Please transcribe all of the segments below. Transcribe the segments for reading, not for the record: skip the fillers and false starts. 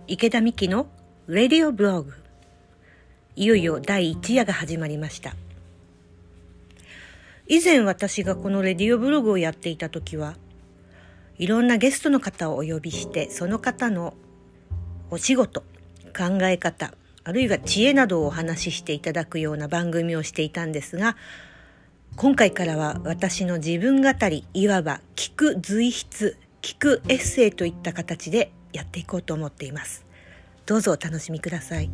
池田美希のレディオブログ、いよいよ第1夜が始まりました。以前私がこのレディオブログをやっていた時はいろんなゲストの方をお呼びして、その方のお仕事、考え方、あるいは知恵などをお話ししていただくような番組をしていたんですが、今回からは私の自分語り、いわば聞く随筆、聞くエッセイといった形でやっていこうと思っています。どうぞお楽しみください。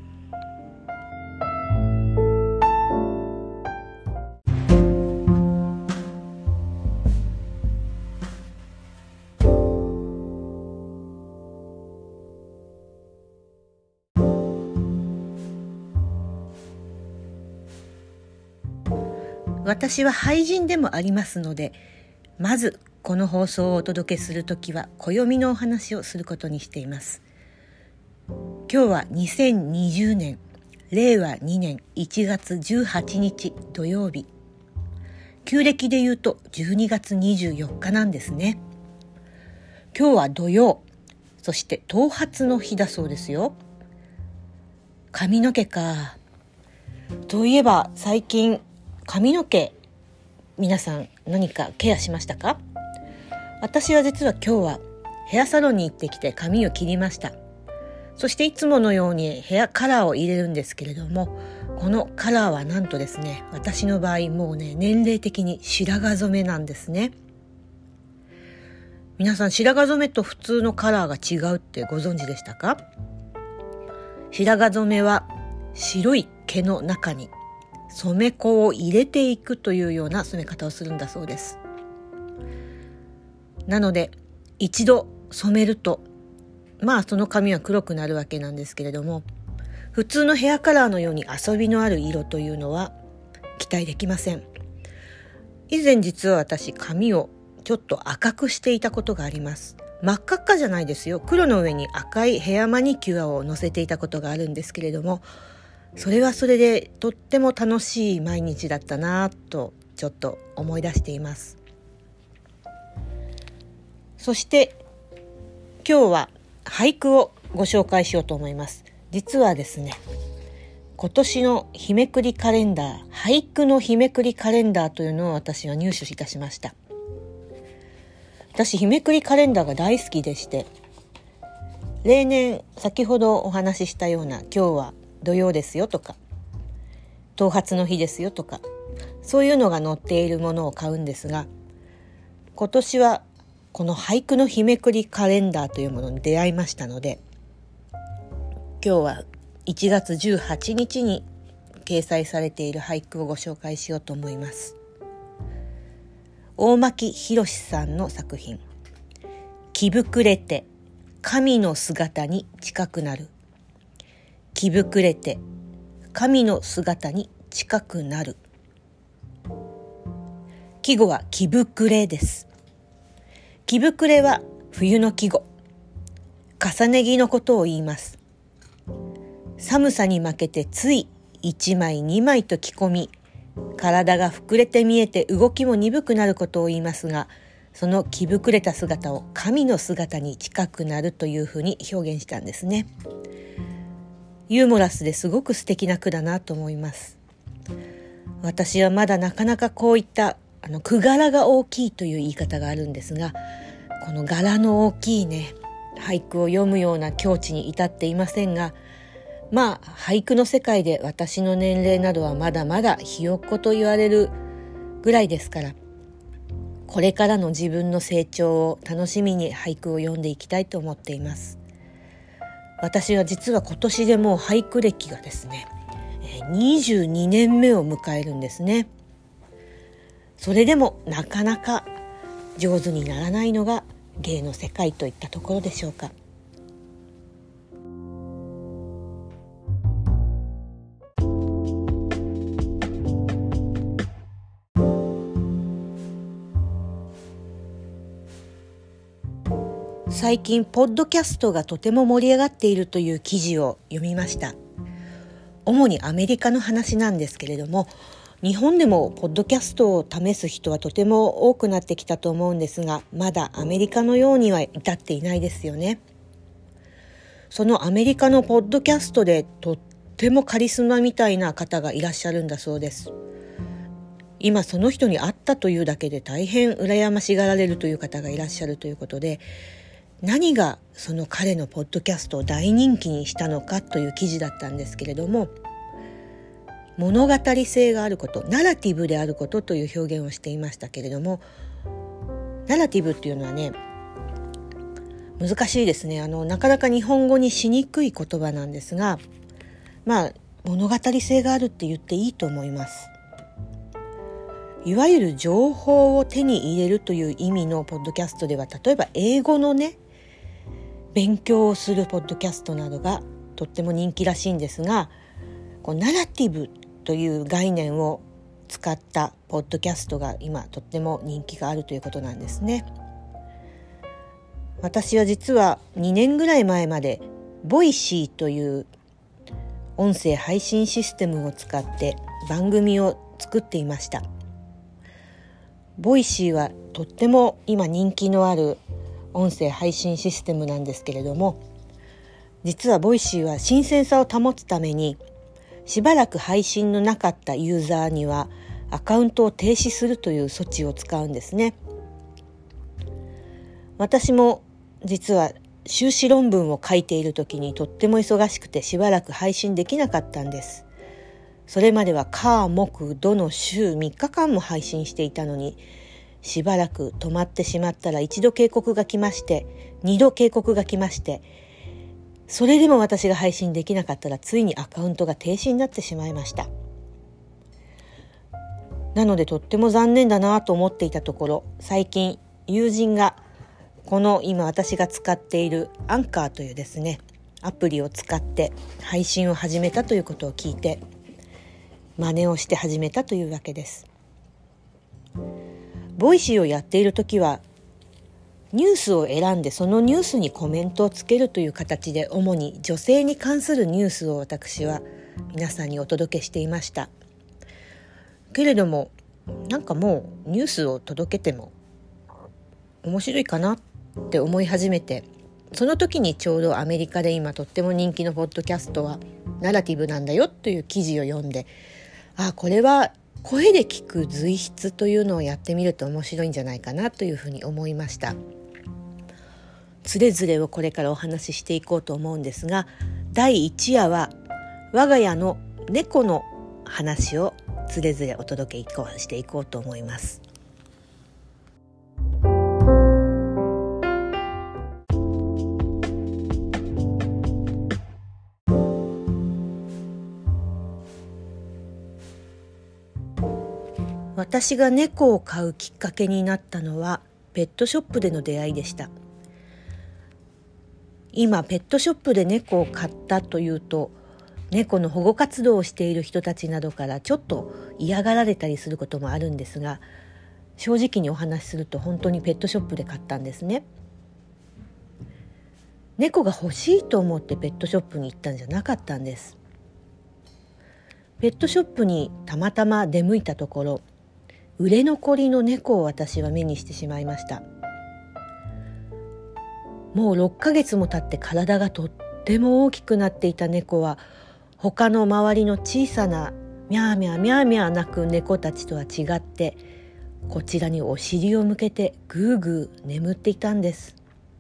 私は俳人でもありますので、まずこの放送をお届けするときは暦のお話をすることにしています。今日は2020年令和2年1月18日土曜日、旧暦で言うと12月24日なんですね。今日は土曜、そして頭髪の日だそうですよ。髪の毛か。といえば最近髪の毛、皆さん何かケアしましたか？私は実は今日はヘアサロンに行ってきて髪を切りました。そしていつものようにヘアカラーを入れるんですけれども、このカラーはなんとですね、私の場合もうね、年齢的に白髪染めなんですね。皆さん、白髪染めと普通のカラーが違うってご存知でしたか？白髪染めは白い毛の中に染め粉を入れていくというような染め方をするんだそうです。なので一度染めると、その髪は黒くなるわけなんですけれども、普通のヘアカラーのように遊びのある色というのは期待できません。以前実は私、髪をちょっと赤くしていたことがあります。真っ赤っかじゃないですよ。黒の上に赤いヘアマニキュアを乗せていたことがあるんですけれども、それはそれでとっても楽しい毎日だったなとちょっと思い出しています。そして今日は俳句をご紹介しようと思います。実はですね、今年の日めくりカレンダー、俳句の日めくりカレンダーというのを私は入手いたしました。私、日めくりカレンダーが大好きでして、例年先ほどお話ししたような今日は土曜ですよとか、頭髪の日ですよとか、そういうのが載っているものを買うんですが、今年はこの俳句の日めくりカレンダーというものに出会いましたので、今日は1月18日に掲載されている俳句をご紹介しようと思います。大牧宏さんの作品、着膨れて神の姿に近くなる。着膨れて神の姿に近くなる。季語は着膨れです。着膨れは冬の季語、重ね着のことを言います。寒さに負けてつい1枚2枚と着込み、体が膨れて見えて動きも鈍くなることを言いますが、その着膨れた姿を神の姿に近くなるというふうに表現したんですね。ユーモラスですごく素敵な句だなと思います。私はまだなかなかこういった句柄が大きいという言い方があるんですが、この柄の大きいね、俳句を読むような境地に至っていませんが、俳句の世界で私の年齢などはまだまだひよっこと言われるぐらいですから、これからの自分の成長を楽しみに俳句を読んでいきたいと思っています。私は実は今年でもう俳句歴がですね、22年目を迎えるんですね。それでもなかなか上手にならないのが芸の世界といったところでしょうか。最近ポッドキャストがとても盛り上がっているという記事を読みました。主にアメリカの話なんですけれども、日本でもポッドキャストを試す人はとても多くなってきたと思うんですが、まだアメリカのようには至っていないですよね。 そのアメリカのポッドキャストでとってもカリスマみたいな方がいらっしゃるんだそうです。今その人に会ったというだけで大変羨ましがられるという方がいらっしゃるということで、何がその彼のポッドキャストを大人気にしたのかという記事だったんですけれども、物語性があること、ナラティブであることという表現をしていましたけれども、ナラティブっていうのはね、難しいですね。なかなか日本語にしにくい言葉なんですが、物語性があるって言っていいと思います。いわゆる情報を手に入れるという意味のポッドキャストでは、例えば英語のね、勉強をするポッドキャストなどがとっても人気らしいんですが、ナラティブという概念を使ったポッドキャストが今とっても人気があるということなんですね。私は実は2年ぐらい前までボイシーという音声配信システムを使って番組を作っていました。ボイシーはとっても今人気のある音声配信システムなんですけれども、実はボイシーは新鮮さを保つためにしばらく配信のなかったユーザーにはアカウントを停止するという措置を使うんですね。私も実は修士論文を書いている時にとっても忙しくてしばらく配信できなかったんです。それまでは火木土の週3日間も配信していたのに、しばらく止まってしまったら1度警告が来まして、2度警告が来まして、それでも私が配信できなかったらついにアカウントが停止になってしまいました。なのでとっても残念だなと思っていたところ、最近友人がこの今私が使っているアンカーというですねアプリを使って配信を始めたということを聞いて、真似をして始めたというわけです。ボイシーをやっているときはニュースを選んでそのニュースにコメントをつけるという形で、主に女性に関するニュースを私は皆さんにお届けしていました。けれどももうニュースを届けても面白いかなって思い始めて、その時にちょうどアメリカで今とっても人気のポッドキャストはナラティブなんだよという記事を読んで、これは声で聞く随筆というのをやってみると面白いんじゃないかなというふうに思いました。つれづれをこれからお話ししていこうと思うんですが、第1夜は我が家の猫の話をつれづれお届けしていこうと思います。私が猫を飼うきっかけになったのはペットショップでの出会いでした。今ペットショップで猫を飼ったというと、猫の保護活動をしている人たちなどからちょっと嫌がられたりすることもあるんですが、正直にお話しすると本当にペットショップで買ったんですね。猫が欲しいと思ってペットショップに行ったんじゃなかったんです。ペットショップにたまたま出向いたところ、売れ残りの猫を私は目にしてしまいました。もう6ヶ月も経って体がとっても大きくなっていた猫は、他の周りの小さなミャーミャーミャーミャー鳴く猫たちとは違って、こちらにお尻を向けてぐーぐー眠っていたんです。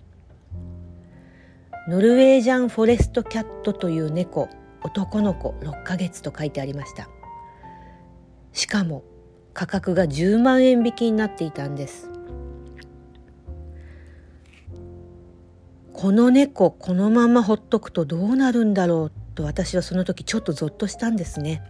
ノルウェージャンフォレストキャットという猫、男の子6ヶ月と書いてありました。しかも価格が10万円引きになっていたんです。この猫このままほっとくとどうなるんだろうと、私はその時ちょっとゾッとしたんですね。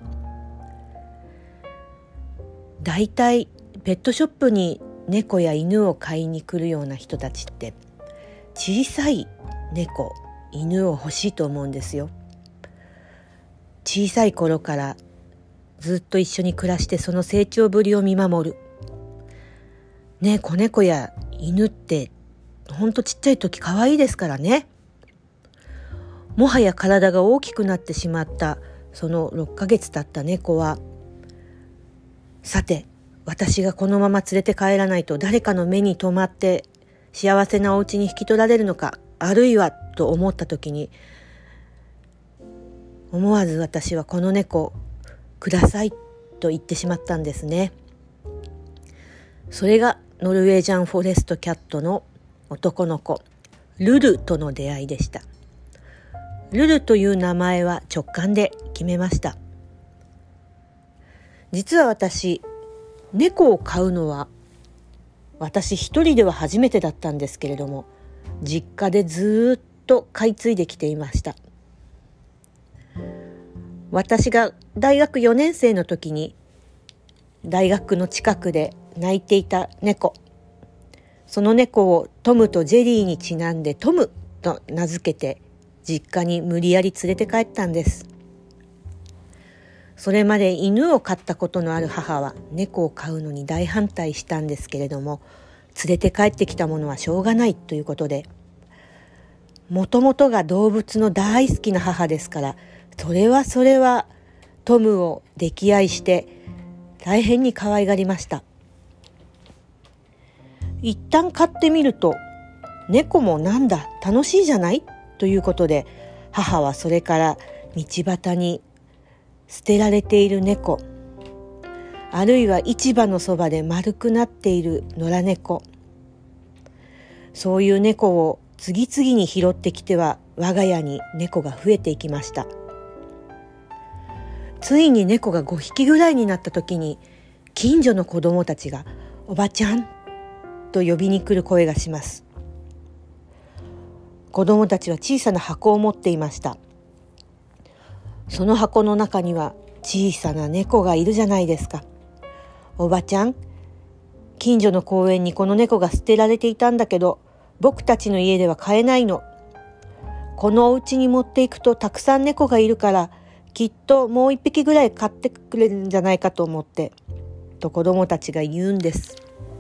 だいたいペットショップに猫や犬を買いに来るような人たちって小さい猫犬を欲しいと思うんですよ。小さい頃からずっと一緒に暮らしてその成長ぶりを見守る。子猫や犬ってほんとちっちゃい時可愛いですからね。もはや体が大きくなってしまったその6ヶ月経った猫は、さて私がこのまま連れて帰らないと誰かの目に留まって幸せなお家に引き取られるのか、あるいはと思った時に思わず私はこの猫くださいと言ってしまったんですね。それがノルウェージャンフォレストキャットの男の子ルルとの出会いでした。ルルという名前は直感で決めました。実は私、猫を飼うのは私一人では初めてだったんですけれども、実家でずっと飼い継いできていました。私が大学4年生の時に大学の近くで泣いていた猫、その猫をトムとジェリーにちなんでトムと名付けて実家に無理やり連れて帰ったんです。それまで犬を飼ったことのある母は猫を飼うのに大反対したんですけれども、連れて帰ってきたものはしょうがないということで、もともとが動物の大好きな母ですから、それはトムを溺愛して大変に可愛がりました。一旦飼ってみると、猫もなんだ楽しいじゃないということで、母はそれから道端に捨てられている猫、あるいは市場のそばで丸くなっている野良猫、そういう猫を次々に拾ってきては我が家に猫が増えていきました。ついに猫が5匹ぐらいになった時に、近所の子供たちがおばちゃんと呼びに来る声がします。子供たちは小さな箱を持っていました。その箱の中には小さな猫がいるじゃないですか。おばちゃん、近所の公園にこの猫が捨てられていたんだけど、僕たちの家では飼えないの。このお家に持っていくとたくさん猫がいるから、きっともう一匹ぐらい飼ってくれるんじゃないかと思って、と子供たちが言うんです。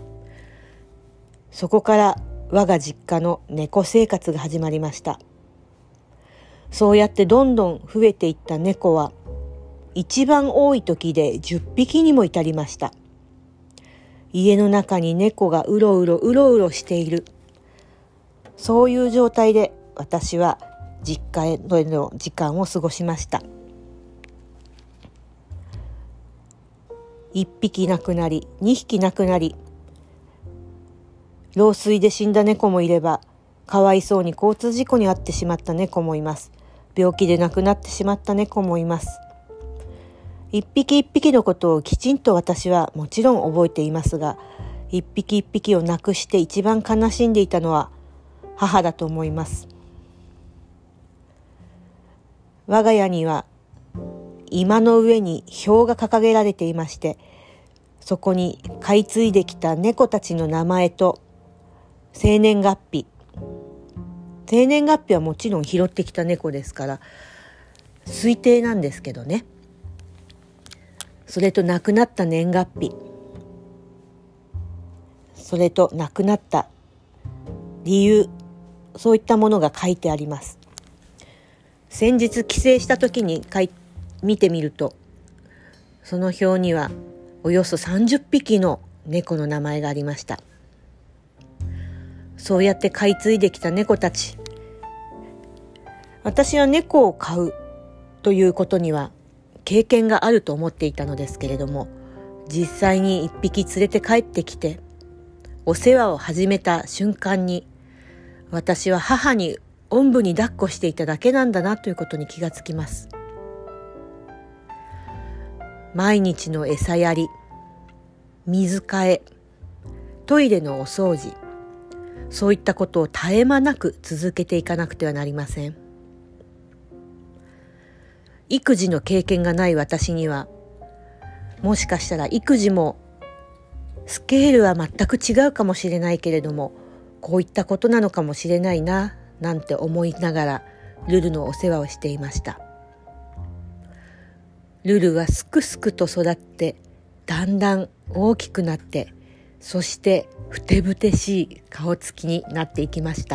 そこから我が実家の猫生活が始まりました。そうやってどんどん増えていった猫は、一番多い時で10匹にも至りました。家の中に猫がうろうろしている。そういう状態で私は実家への時間を過ごしました。1匹亡くなり、2匹亡くなり、老衰で死んだ猫もいれば、かわいそうに交通事故に遭ってしまった猫もいます。病気で亡くなってしまった猫もいます。一匹一匹のことをきちんと私はもちろん覚えていますが、一匹一匹を亡くして一番悲しんでいたのは母だと思います。我が家には居間の上に標が掲げられていまして、そこに飼い継いできた猫たちの名前と生年月日はもちろん拾ってきた猫ですから推定なんですけどね、それと亡くなった年月日、それと亡くなった理由、そういったものが書いてあります。先日帰省した時に見てみると、その表にはおよそ30匹の猫の名前がありました。そうやって飼い継いできた猫たち、私は猫を飼うということには経験があると思っていたのですけれども、実際に一匹連れて帰ってきてお世話を始めた瞬間に、私は母におんぶに抱っこしていただけなんだなということに気がつきます。毎日の餌やり、水替え、トイレのお掃除、そういったことを絶え間なく続けていかなくてはなりません。育児の経験がない私には、もしかしたら育児もスケールは全く違うかもしれないけれども、こういったことなのかもしれないな、なんて思いながらルルのお世話をしていました。ルルはすくすくと育って、だんだん大きくなって、そしてふてぶてしい顔つきになっていきました。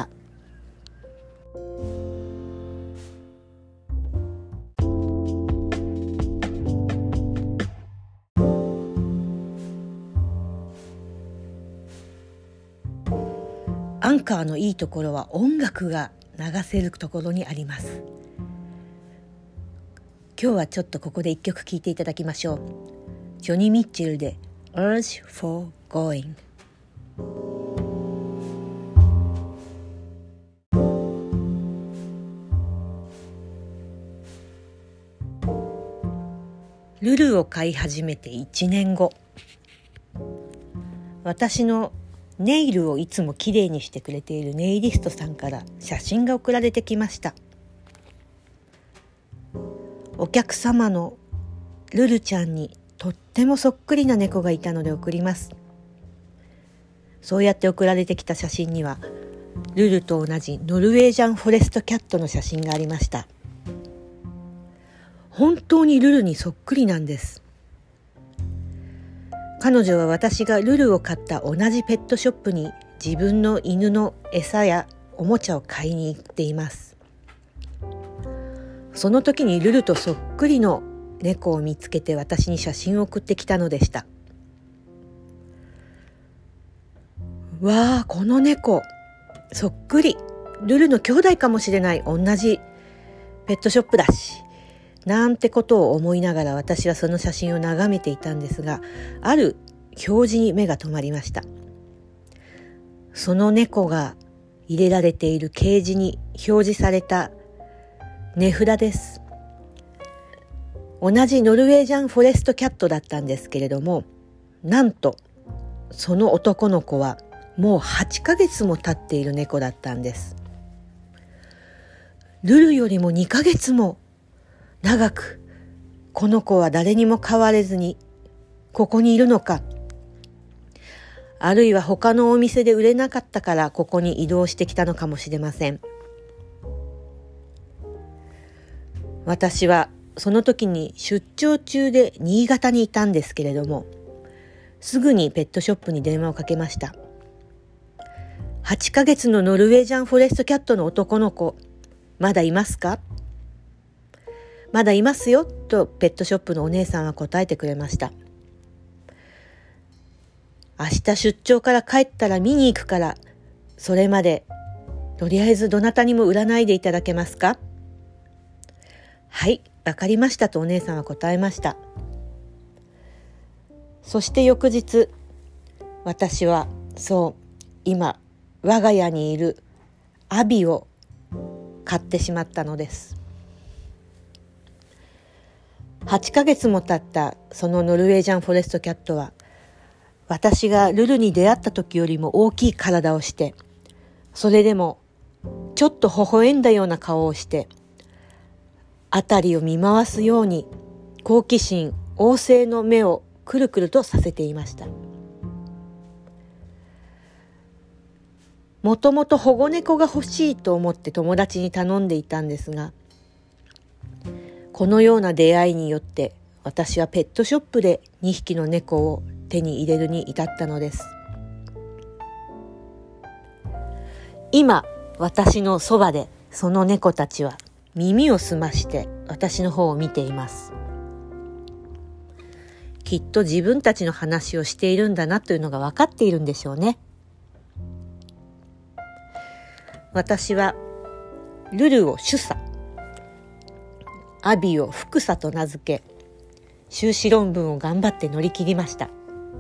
アンカーのいいところは音楽が流せるところにあります。 今日はちょっとここで一曲聴いていただきましょう。ジョニー・ミッチェルで Urge for Going。ルルを飼い始めて1年後、私のネイルをいつもきれいにしてくれているネイリストさんから写真が送られてきました。お客様のルルちゃんにとってもそっくりな猫がいたので送ります。そうやって送られてきた写真にはルルと同じノルウェージャンフォレストキャットの写真がありました。本当にルルにそっくりなんです。彼女は私がルルを飼った同じペットショップに自分の犬の餌やおもちゃを買いに行っています。その時にルルとそっくりの猫を見つけて私に写真を送ってきたのでした。わあ、この猫そっくり、ルルの兄弟かもしれない、同じペットショップだしなんてことを思いながら私はその写真を眺めていたんですが、ある表示に目が止まりました。その猫が入れられているケージに表示された値札です。同じノルウェージャンフォレストキャットだったんですけれども、なんとその男の子はもう8ヶ月も経っている猫だったんです。ルルよりも2ヶ月も長くこの子は誰にも飼われずにここにいるのか、あるいは他のお店で売れなかったからここに移動してきたのかもしれません。私はその時に出張中で新潟にいたんですけれども、すぐにペットショップに電話をかけました。8ヶ月のノルウェージャンフォレストキャットの男の子、まだいますか？まだいますよとペットショップのお姉さんは答えてくれました。明日出張から帰ったら見に行くから、それまでとりあえずどなたにも売らないでいただけますか？はい、わかりましたとお姉さんは答えました。そして翌日、私は今我が家にいるアビを買ってしまったのです。8ヶ月も経ったそのノルウェージャンフォレストキャットは、私がルルに出会った時よりも大きい体をして、それでもちょっと微笑んだような顔をして、辺りを見回すように好奇心旺盛の目をくるくるとさせていました。もともと保護猫が欲しいと思って友達に頼んでいたんですが、このような出会いによって私はペットショップで2匹の猫を手に入れるに至ったのです。今私のそばでその猫たちは耳を澄まして私の方を見ています。きっと自分たちの話をしているんだなというのが分かっているんでしょうね。私はルルを主査、アビを副査と名付け、修士論文を頑張って乗り切りました。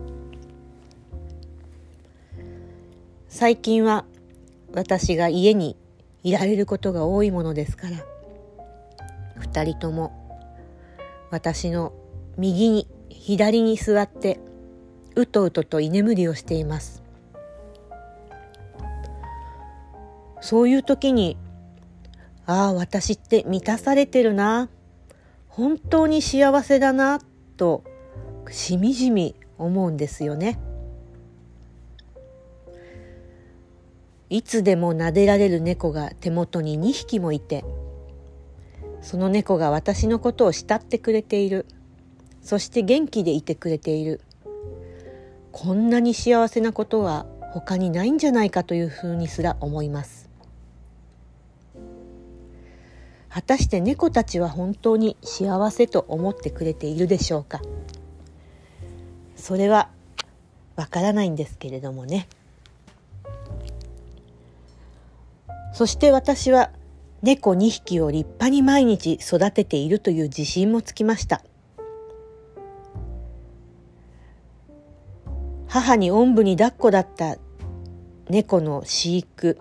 最近は私が家にいられることが多いものですから、2人とも私の右に左に座ってうとうとと居眠りをしています。そういう時に、私って満たされてるな、本当に幸せだなとしみじみ思うんですよね。いつでも撫でられる猫が手元に2匹もいて、その猫が私のことを慕ってくれている、そして元気でいてくれている、こんなに幸せなことは他にないんじゃないかというふうにすら思います。果たして猫たちは本当に幸せと思ってくれているでしょうか。それはわからないんですけれどもね。そして私は猫2匹を立派に毎日育てているという自信もつきました。母におんぶに抱っこだった猫の飼育、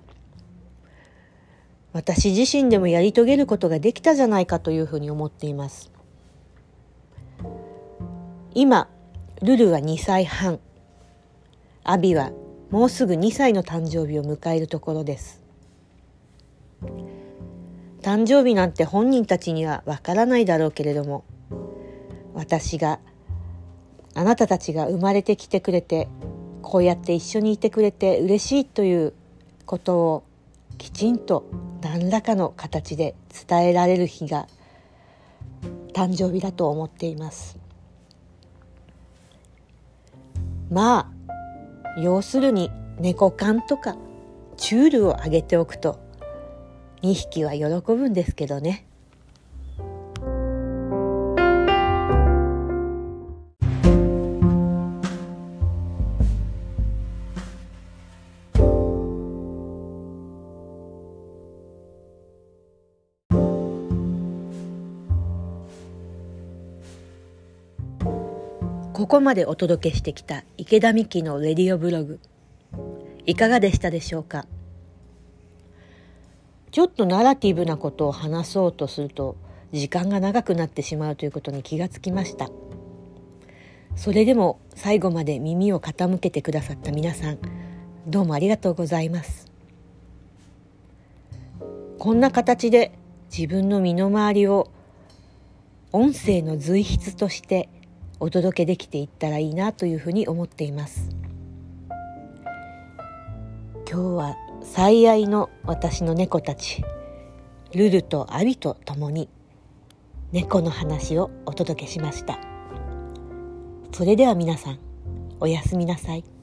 私自身でもやり遂げることができたじゃないかというふうに思っています。今ルルは2歳半、アビはもうすぐ2歳の誕生日を迎えるところです。誕生日なんて本人たちにはわからないだろうけれども、あなたたちが生まれてきてくれて、こうやって一緒にいてくれて嬉しいということをきちんと何らかの形で伝えられる日が誕生日だと思っています。まあ要するに猫缶とかチュールをあげておくと2匹は喜ぶんですけどね。ここまでお届けしてきた池田美希のレディオブログ、いかがでしたでしょうか。ちょっとナラティブなことを話そうとすると時間が長くなってしまうということに気がつきました。それでも最後まで耳を傾けてくださった皆さん、どうもありがとうございます。こんな形で自分の身の回りを音声の随筆としてお届けできていったらいいなというふうに思っています。今日は最愛の私の猫たちルルとアビと共に猫の話をお届けしました。それでは皆さん、おやすみなさい。